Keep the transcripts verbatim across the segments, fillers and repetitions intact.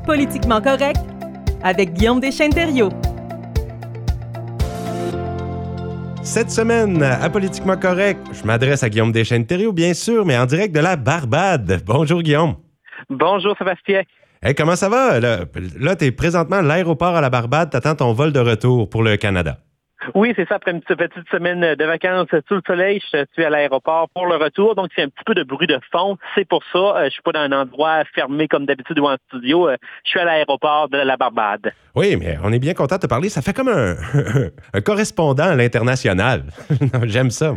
Politiquement correct avec Guillaume Deschênes-Thériault. Cette semaine, à Politiquement correct, je m'adresse à Guillaume Deschênes-Thériault, bien sûr, mais en direct de la Barbade. Bonjour, Guillaume. Bonjour, Sébastien. Hey, comment ça va? Là, là tu es présentement à l'aéroport à la Barbade, t'attends ton vol de retour pour le Canada. Oui, c'est ça. Après une petite semaine de vacances sous le soleil, je suis à l'aéroport pour le retour. Donc, c'est un petit peu de bruit de fond. C'est pour ça. Je suis pas dans un endroit fermé comme d'habitude ou en studio. Je suis à l'aéroport de la Barbade. Oui, mais on est bien content de te parler. Ça fait comme un, un correspondant à l'international. J'aime ça.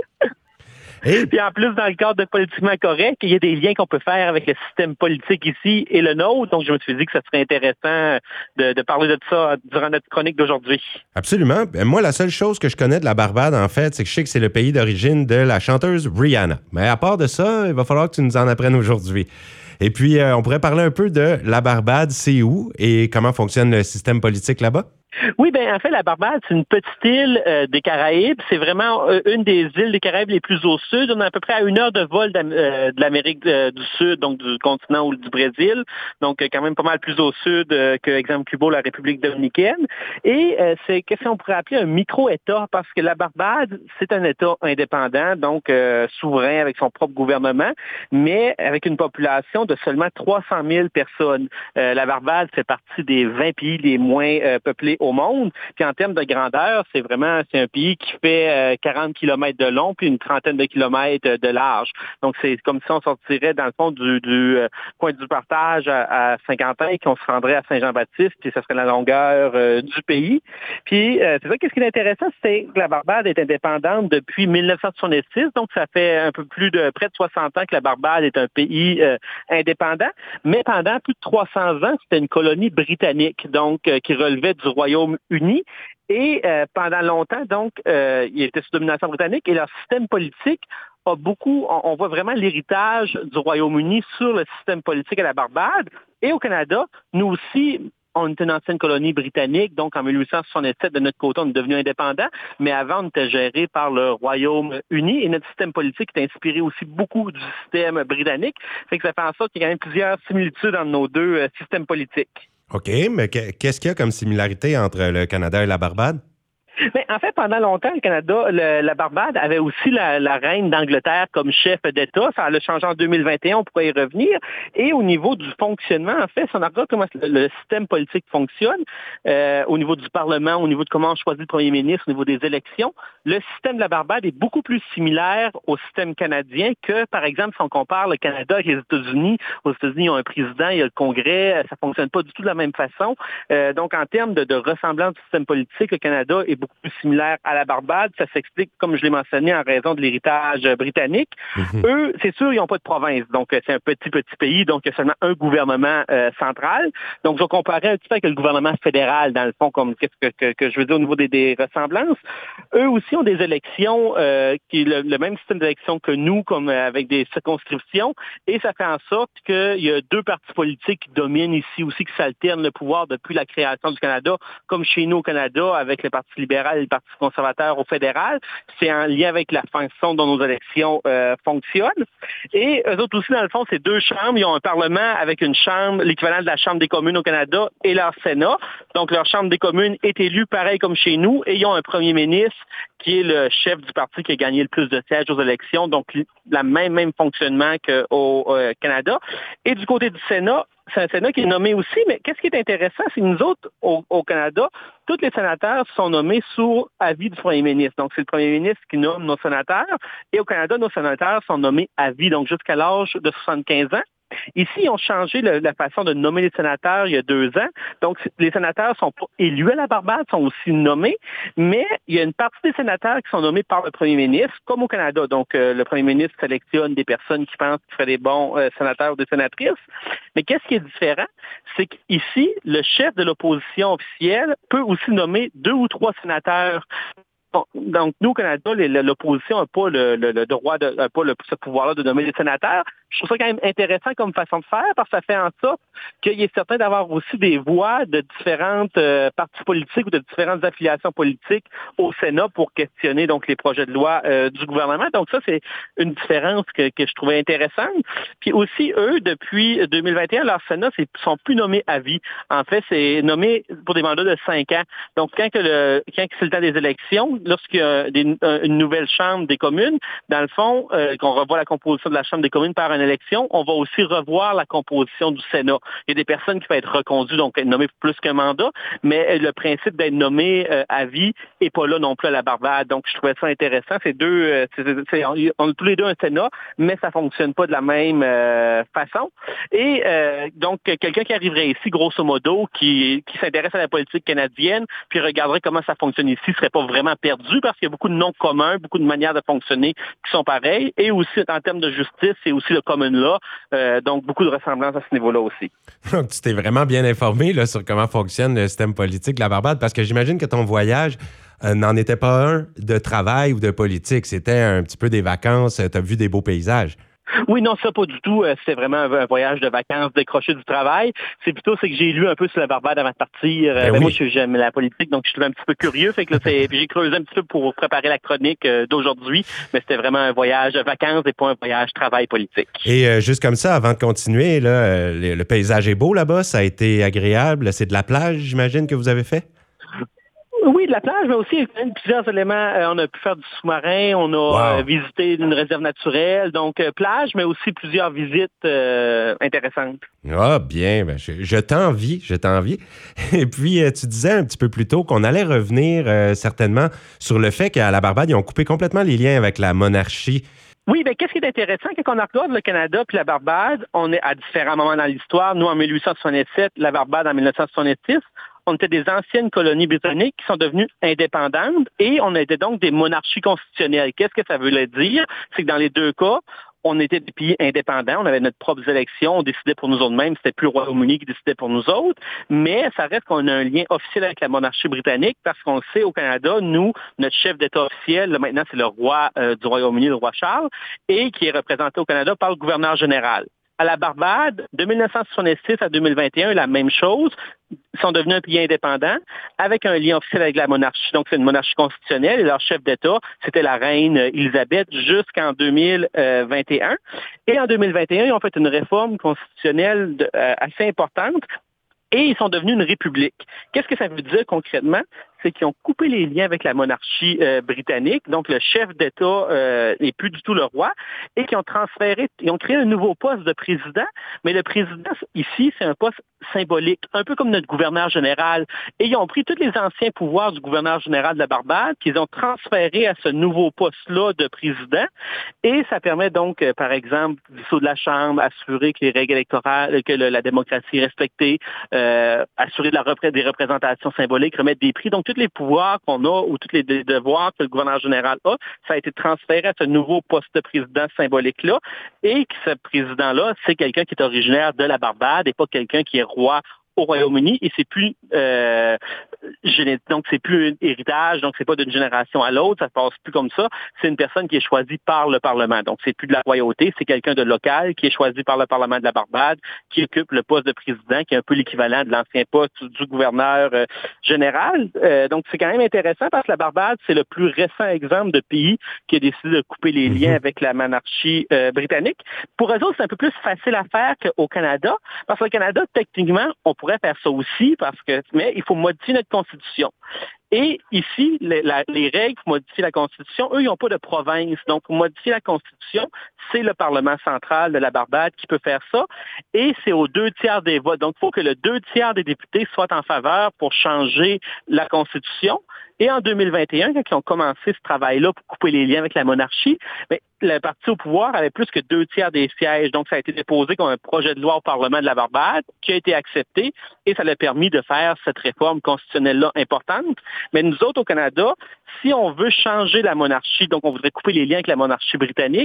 Et puis en plus, dans le cadre de Politiquement correct, il y a des liens qu'on peut faire avec le système politique ici et le nôtre. Donc, je me suis dit que ça serait intéressant de, de parler de ça durant notre chronique d'aujourd'hui. Absolument. Moi, la seule chose que je connais de la Barbade, en fait, c'est que je sais que c'est le pays d'origine de la chanteuse Rihanna. Mais à part de ça, il va falloir que tu nous en apprennes aujourd'hui. Et puis, euh, on pourrait parler un peu de la Barbade, c'est où et comment fonctionne le système politique là-bas? Oui, ben en fait, la Barbade, c'est une petite île euh, des Caraïbes. C'est vraiment euh, une des îles des Caraïbes les plus au sud. On est à peu près à une heure de vol euh, de l'Amérique euh, du Sud, donc du continent ou du Brésil. Donc, euh, quand même pas mal plus au sud euh, que, exemple, Cuba ou la République dominicaine. Et euh, c'est qu'est-ce qu'on pourrait appeler un micro-État, parce que la Barbade, c'est un État indépendant, donc euh, souverain avec son propre gouvernement, mais avec une population de seulement trois cent mille personnes. Euh, la Barbade fait partie des vingt pays les moins euh, peuplés au monde. Puis en termes de grandeur, c'est vraiment c'est un pays qui fait euh, quarante kilomètres de long puis une trentaine de kilomètres de large. Donc c'est comme si on sortirait dans le fond du, du euh, point du partage à, à Saint-Quentin et qu'on se rendrait à Saint-Jean-Baptiste, puis ça serait la longueur euh, du pays. Puis euh, c'est ça, qu'est-ce qui est intéressant, c'est que la Barbade est indépendante depuis mille neuf cent soixante-six, donc ça fait un peu plus de près de soixante ans que la Barbade est un pays euh, indépendant, mais pendant plus de trois cents ans, c'était une colonie britannique, donc euh, qui relevait du Royaume-Uni. Et euh, pendant longtemps, donc, euh, il était sous domination britannique et leur système politique a beaucoup, on, on voit vraiment l'héritage du Royaume-Uni sur le système politique à la Barbade. Et au Canada, nous aussi, on était une ancienne colonie britannique, donc en mille huit cent soixante-sept, de notre côté, on est devenu indépendant, mais avant, on était géré par le Royaume-Uni et notre système politique est inspiré aussi beaucoup du système britannique. Fait que ça fait en sorte qu'il y a quand même plusieurs similitudes entre nos deux euh, systèmes politiques. OK, mais qu'est-ce qu'il y a comme similarité entre le Canada et la Barbade? Mais en fait, pendant longtemps, le Canada, le, la Barbade avait aussi la, la reine d'Angleterre comme chef d'État. Ça a changé en deux mille vingt et un, on pourrait y revenir. Et au niveau du fonctionnement, en fait, si on regarde comment le, le système politique fonctionne, euh, au niveau du Parlement, au niveau de comment on choisit le premier ministre, au niveau des élections, le système de la Barbade est beaucoup plus similaire au système canadien que, par exemple, si on compare le Canada avec les États-Unis. Aux États-Unis, ils ont un président, il y a le Congrès, ça fonctionne pas du tout de la même façon. Euh, donc, en termes de, de ressemblance du système politique, le Canada est beaucoup plus similaire à la Barbade. Ça s'explique, comme je l'ai mentionné, en raison de l'héritage britannique. Mm-hmm. Eux, c'est sûr, ils n'ont pas de province. Donc, c'est un petit, petit pays. Donc, il y a seulement un gouvernement euh, central. Donc, je vais comparer un petit peu avec le gouvernement fédéral, dans le fond, comme qu'est-ce que, que, que je veux dire au niveau des, des ressemblances. Eux aussi ont des élections, euh, qui est le, le même système d'élection que nous, comme euh, avec des circonscriptions. Et ça fait en sorte qu'il y a deux partis politiques qui dominent ici aussi, qui s'alternent le pouvoir depuis la création du Canada, comme chez nous au Canada, avec le Parti libéral et le Parti conservateur au fédéral. C'est en lien avec la façon dont nos élections euh, fonctionnent. Et eux autres aussi, dans le fond, c'est deux chambres. Ils ont un Parlement avec une chambre, l'équivalent de la Chambre des communes au Canada, et leur Sénat. Donc, leur Chambre des communes est élue pareil comme chez nous, et ils ont un premier ministre qui est le chef du parti qui a gagné le plus de sièges aux élections. Donc, le même, même fonctionnement qu'au euh, Canada. Et du côté du Sénat, c'est un Sénat qui est nommé aussi, mais qu'est-ce qui est intéressant, c'est que nous autres, au, au Canada, tous les sénateurs sont nommés sous avis du premier ministre. Donc, c'est le premier ministre qui nomme nos sénateurs. Et au Canada, nos sénateurs sont nommés à vie, donc jusqu'à l'âge de soixante-quinze ans. Ici, ils ont changé le, la façon de nommer les sénateurs il y a deux ans. Donc, les sénateurs sont pas élus à la Barbade, sont aussi nommés, mais il y a une partie des sénateurs qui sont nommés par le premier ministre, comme au Canada. Donc, euh, le premier ministre sélectionne des personnes qui pensent qu'ils feraient des bons euh, sénateurs ou des sénatrices. Mais qu'est-ce qui est différent? C'est qu'ici, le chef de l'opposition officielle peut aussi nommer deux ou trois sénateurs Bon, donc, nous, au Canada, les, l'opposition n'a pas le, le, le droit, de, n'a pas le, ce pouvoir-là de nommer des sénateurs. Je trouve ça quand même intéressant comme façon de faire parce que ça fait en sorte qu'il est certain d'avoir aussi des voix de différentes euh, partis politiques ou de différentes affiliations politiques au Sénat pour questionner donc les projets de loi euh, du gouvernement. Donc ça, c'est une différence que, que je trouvais intéressante. Puis aussi, eux, depuis deux mille vingt et un, leur Sénat ne sont plus nommés à vie. En fait, c'est nommé pour des mandats de cinq ans. Donc, quand, que le, quand que c'est le temps des élections, lorsqu'il y a des, une nouvelle Chambre des communes, dans le fond, euh, qu'on revoit la composition de la Chambre des communes par une élection, on va aussi revoir la composition du Sénat. Il y a des personnes qui peuvent être reconduites, donc être nommées pour plus qu'un mandat, mais le principe d'être nommé euh, à vie n'est pas là non plus à la Barbade. Donc, je trouvais ça intéressant. C'est deux, euh, c'est, c'est, on a tous les deux un Sénat, mais ça fonctionne pas de la même euh, façon. Et euh, donc, quelqu'un qui arriverait ici, grosso modo, qui, qui s'intéresse à la politique canadienne, puis regarderait comment ça fonctionne ici, serait pas vraiment perdu parce qu'il y a beaucoup de noms communs, beaucoup de manières de fonctionner qui sont pareilles. Et aussi, en termes de justice, c'est aussi le common law. Euh, donc, beaucoup de ressemblances à ce niveau-là aussi. Donc, tu t'es vraiment bien informé là, sur comment fonctionne le système politique de la Barbade parce que j'imagine que ton voyage euh, n'en était pas un de travail ou de politique. C'était un petit peu des vacances. Tu as vu des beaux paysages. Oui, non, ça pas du tout. C'est vraiment un voyage de vacances décroché du travail. C'est plutôt c'est que j'ai lu un peu sur la Barbade avant de partir. Ben ben oui. Moi, j'aime la politique, donc je suis un petit peu curieux. Fait que là, c'est, puis j'ai creusé un petit peu pour préparer la chronique d'aujourd'hui, mais c'était vraiment un voyage de vacances et pas un voyage travail politique. Et euh, juste comme ça, avant de continuer, là, le, le paysage est beau là-bas, ça a été agréable. C'est de la plage, j'imagine, que vous avez fait? Oui, de la plage, mais aussi il y a quand même plusieurs éléments. Euh, on a pu faire du sous-marin, on a wow. euh, visité une réserve naturelle, donc euh, plage, mais aussi plusieurs visites euh, intéressantes. Ah, bien, ben, je, je t'envie, je t'envie. Et puis, euh, tu disais un petit peu plus tôt qu'on allait revenir euh, certainement sur le fait qu'à la Barbade, ils ont coupé complètement les liens avec la monarchie. Oui, bien, qu'est-ce qui est intéressant, quand on regarde le Canada puis la Barbade, on est à différents moments dans l'histoire. Nous, en mille huit cent soixante-sept, la Barbade en mille neuf cent soixante-six. On était des anciennes colonies britanniques qui sont devenues indépendantes et on était donc des monarchies constitutionnelles. Qu'est-ce que ça voulait dire? C'est que dans les deux cas, on était des pays indépendants, on avait notre propre élection, on décidait pour nous autres mêmes, c'était plus le Royaume-Uni qui décidait pour nous autres, mais ça reste qu'on a un lien officiel avec la monarchie britannique parce qu'on le sait, au Canada, nous, notre chef d'État officiel, là, maintenant c'est le roi euh, du Royaume-Uni, le roi Charles, et qui est représenté au Canada par le gouverneur général. À la Barbade, de mille neuf cent soixante-six à deux mille vingt et un, la même chose. Ils sont devenus un pays indépendant avec un lien officiel avec la monarchie. Donc, c'est une monarchie constitutionnelle et leur chef d'État, c'était la reine Élisabeth jusqu'en deux mille vingt et un. Et en deux mille vingt et un, ils ont fait une réforme constitutionnelle de, euh, assez importante et ils sont devenus une république. Qu'est-ce que ça veut dire concrètement? C'est qu'ils ont coupé les liens avec la monarchie euh, britannique, donc le chef d'État euh, n'est plus du tout le roi, et qui ont transféré, ils ont créé un nouveau poste de président, mais le président, ici, c'est un poste symbolique, un peu comme notre gouverneur général. Et ils ont pris tous les anciens pouvoirs du gouverneur général de la Barbade, qu'ils ont transférés à ce nouveau poste-là de président, et ça permet donc, euh, par exemple, dissoudre la Chambre, assurer que les règles électorales, que le, la démocratie est respectée, euh, assurer de la repré- des représentations symboliques, remettre des prix, donc tous les pouvoirs qu'on a ou tous les devoirs que le gouverneur général a, ça a été transféré à ce nouveau poste de président symbolique-là et que ce président-là, c'est quelqu'un qui est originaire de la Barbade et pas quelqu'un qui est roi au Royaume-Uni et c'est plus euh, donc c'est plus un héritage, donc c'est pas d'une génération à l'autre, ça se passe plus comme ça. C'est une personne qui est choisie par le Parlement, donc c'est plus de la royauté, c'est quelqu'un de local qui est choisi par le Parlement de la Barbade, qui occupe le poste de président, qui est un peu l'équivalent de l'ancien poste du gouverneur euh, général. Euh, donc c'est quand même intéressant parce que la Barbade, c'est le plus récent exemple de pays qui a décidé de couper les liens avec la monarchie euh, britannique. Pour eux autres, c'est un peu plus facile à faire qu'au Canada, parce qu'au Canada, techniquement, on pourrait faire ça aussi, parce que mais il faut modifier notre Constitution. Et ici, les, la, les règles pour modifier la Constitution, eux, ils n'ont pas de province. Donc, pour modifier la Constitution, c'est le Parlement central de la Barbade qui peut faire ça. Et c'est aux deux tiers des votes. Donc, il faut que le deux tiers des députés soient en faveur pour changer la Constitution. Et en deux mille vingt et un, quand ils ont commencé ce travail-là pour couper les liens avec la monarchie, bien, le parti au pouvoir avait plus que deux tiers des sièges. Donc, ça a été déposé comme un projet de loi au Parlement de la Barbade qui a été accepté et ça l'a permis de faire cette réforme constitutionnelle-là importante. Mais nous autres, au Canada, si on veut changer la monarchie, donc on voudrait couper les liens avec la monarchie britannique,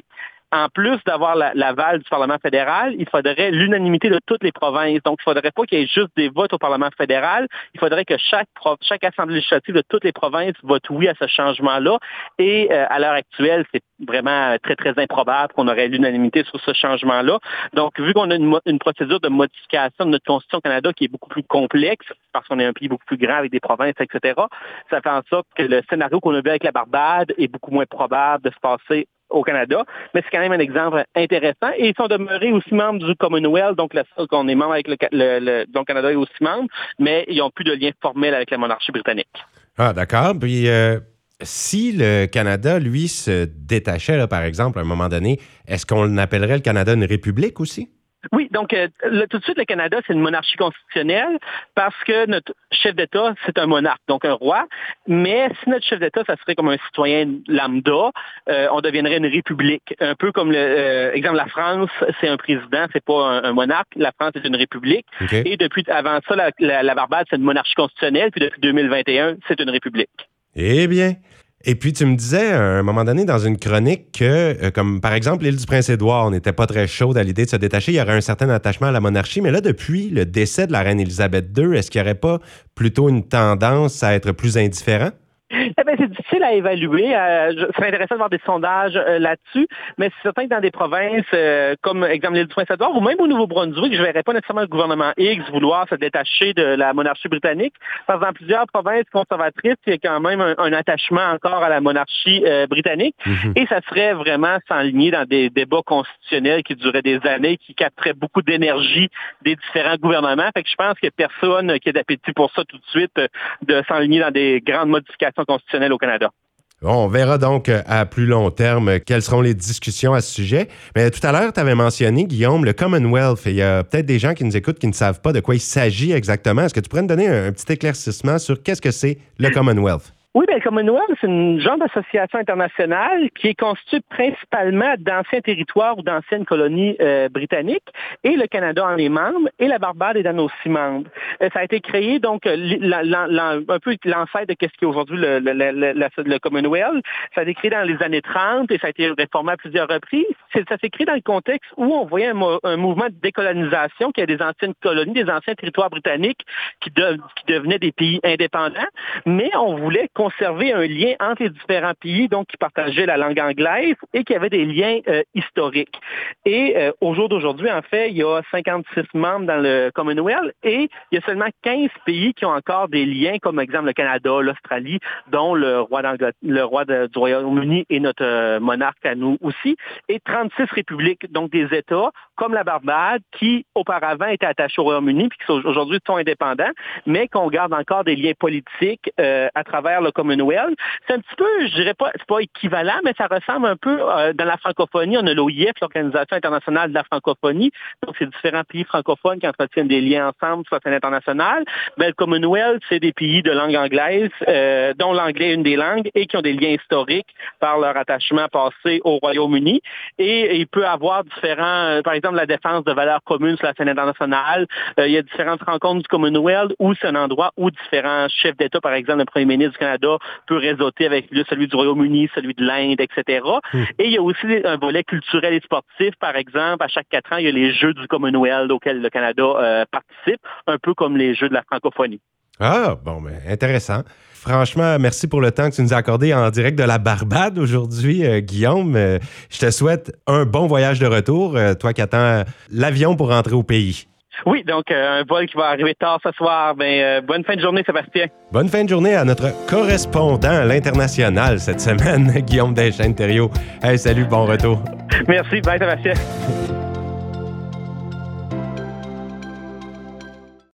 en plus d'avoir la, l'aval du Parlement fédéral, il faudrait l'unanimité de toutes les provinces. Donc, il ne faudrait pas qu'il y ait juste des votes au Parlement fédéral. Il faudrait que chaque, chaque assemblée législative de toutes les provinces vote oui à ce changement-là. Et euh, à l'heure actuelle, c'est vraiment très, très improbable qu'on aurait l'unanimité sur ce changement-là. Donc, vu qu'on a une, une procédure de modification de notre Constitution au Canada qui est beaucoup plus complexe, parce qu'on est un pays beaucoup plus grand avec des provinces, et cetera, ça fait en sorte que le scénario qu'on a vu avec la Barbade est beaucoup moins probable de se passer au Canada, mais c'est quand même un exemple intéressant. Et ils sont demeurés aussi membres du Commonwealth, donc la seule qu'on est membre avec le, le, le dont le Canada est aussi membre, mais ils n'ont plus de lien formel avec la monarchie britannique. Ah, d'accord. Puis, euh, si le Canada, lui, se détachait, là, par exemple, à un moment donné, est-ce qu'on appellerait le Canada une république aussi? Oui, donc euh, le, tout de suite, le Canada, c'est une monarchie constitutionnelle parce que notre chef d'État, c'est un monarque, donc un roi. Mais si notre chef d'État, ça serait comme un citoyen lambda, euh, on deviendrait une république. Un peu comme, le euh, exemple, la France, c'est un président, c'est pas un, un monarque. La France est une république. Okay. Et depuis, avant ça, la, la, la Barbade, c'est une monarchie constitutionnelle. Puis depuis deux mille vingt et un, c'est une république. Eh bien... Et puis, tu me disais à un moment donné dans une chronique que, euh, comme par exemple, l'île du Prince-Édouard, on n'était pas très chaude à l'idée de se détacher. Il y aurait un certain attachement à la monarchie. Mais là, depuis le décès de la reine Élisabeth deux, est-ce qu'il n'y aurait pas plutôt une tendance à être plus indifférent? Eh bien, c'est difficile à évaluer. Euh, je, c'est intéressant de voir des sondages euh, là-dessus, mais c'est certain que dans des provinces euh, comme, exemple, l'île du Prince-Édouard ou même au Nouveau-Brunswick, je ne verrais pas nécessairement le gouvernement X vouloir se détacher de la monarchie britannique. Parce que dans plusieurs provinces conservatrices, il y a quand même un, un attachement encore à la monarchie euh, britannique. Mm-hmm. Et ça serait vraiment s'enligner dans des débats constitutionnels qui dureraient des années, qui capteraient beaucoup d'énergie des différents gouvernements. Fait que je pense qu'il n'y a personne qui ait d'appétit pour ça tout de suite, de s'enligner dans des grandes modifications constitutionnelle au Canada. Bon, on verra donc à plus long terme quelles seront les discussions à ce sujet. Mais tout à l'heure, tu avais mentionné, Guillaume, le Commonwealth. Il y a peut-être des gens qui nous écoutent qui ne savent pas de quoi il s'agit exactement. Est-ce que tu pourrais nous donner un, un petit éclaircissement sur qu'est-ce que c'est le Commonwealth? Oui, bien, le Commonwealth, c'est une genre d'association internationale qui est constituée principalement d'anciens territoires ou d'anciennes colonies euh, britanniques, et le Canada en est membre, et la Barbade est aussi membre. Euh, ça a été créé, donc, la, la, la, un peu l'ancêtre de ce qui est aujourd'hui le, le, le, le, le Commonwealth. Ça a été créé dans les années trente, et ça a été réformé à plusieurs reprises. C'est, ça s'est créé dans le contexte où on voyait un, un mouvement de décolonisation, qui a des anciennes colonies, des anciens territoires britanniques qui, de, qui devenaient des pays indépendants, mais on voulait conserver un lien entre les différents pays, donc qui partageaient la langue anglaise et qui avaient des liens euh, historiques. Et euh, au jour d'aujourd'hui, en fait, il y a cinquante-six membres dans le Commonwealth et il y a seulement quinze pays qui ont encore des liens, comme exemple le Canada, l'Australie, dont le roi, le roi de, du Royaume-Uni est notre euh, monarque à nous aussi, et trente-six républiques, donc des États, comme la Barbade, qui auparavant étaient attachés au Royaume-Uni, puis qui aujourd'hui sont indépendants, mais qu'on garde encore des liens politiques euh, à travers le Commonwealth. C'est un petit peu, je dirais pas, c'est pas équivalent, mais ça ressemble un peu euh, dans la francophonie. On a l'O I F, l'Organisation internationale de la francophonie. Donc, c'est différents pays francophones qui entretiennent des liens ensemble sur la scène internationale. Mais le Commonwealth, c'est des pays de langue anglaise, euh, dont l'anglais est une des langues, et qui ont des liens historiques par leur attachement passé au Royaume-Uni. Et il peut avoir différents, euh, par exemple, la défense de valeurs communes sur la scène internationale. Euh, il y a différentes rencontres du Commonwealth où c'est un endroit où différents chefs d'État, par exemple, le premier ministre du Canada, peut réseauter avec lui, celui du Royaume-Uni, celui de l'Inde, et cetera. Mmh. Et il y a aussi un volet culturel et sportif. Par exemple, à chaque quatre ans, il y a les Jeux du Commonwealth auxquels le Canada euh, participe, un peu comme les Jeux de la francophonie. Ah, bon, ben intéressant. Franchement, merci pour le temps que tu nous as accordé en direct de la Barbade aujourd'hui, euh, Guillaume. Euh, je te souhaite un bon voyage de retour, euh, toi qui attends l'avion pour rentrer au pays. Oui, donc euh, un vol qui va arriver tard ce soir. Ben, euh, bonne fin de journée, Sébastien. Bonne fin de journée à notre correspondant à l'international cette semaine, Guillaume Deschênes-Thériault. Hey, salut, bon retour. Merci, bye Sébastien.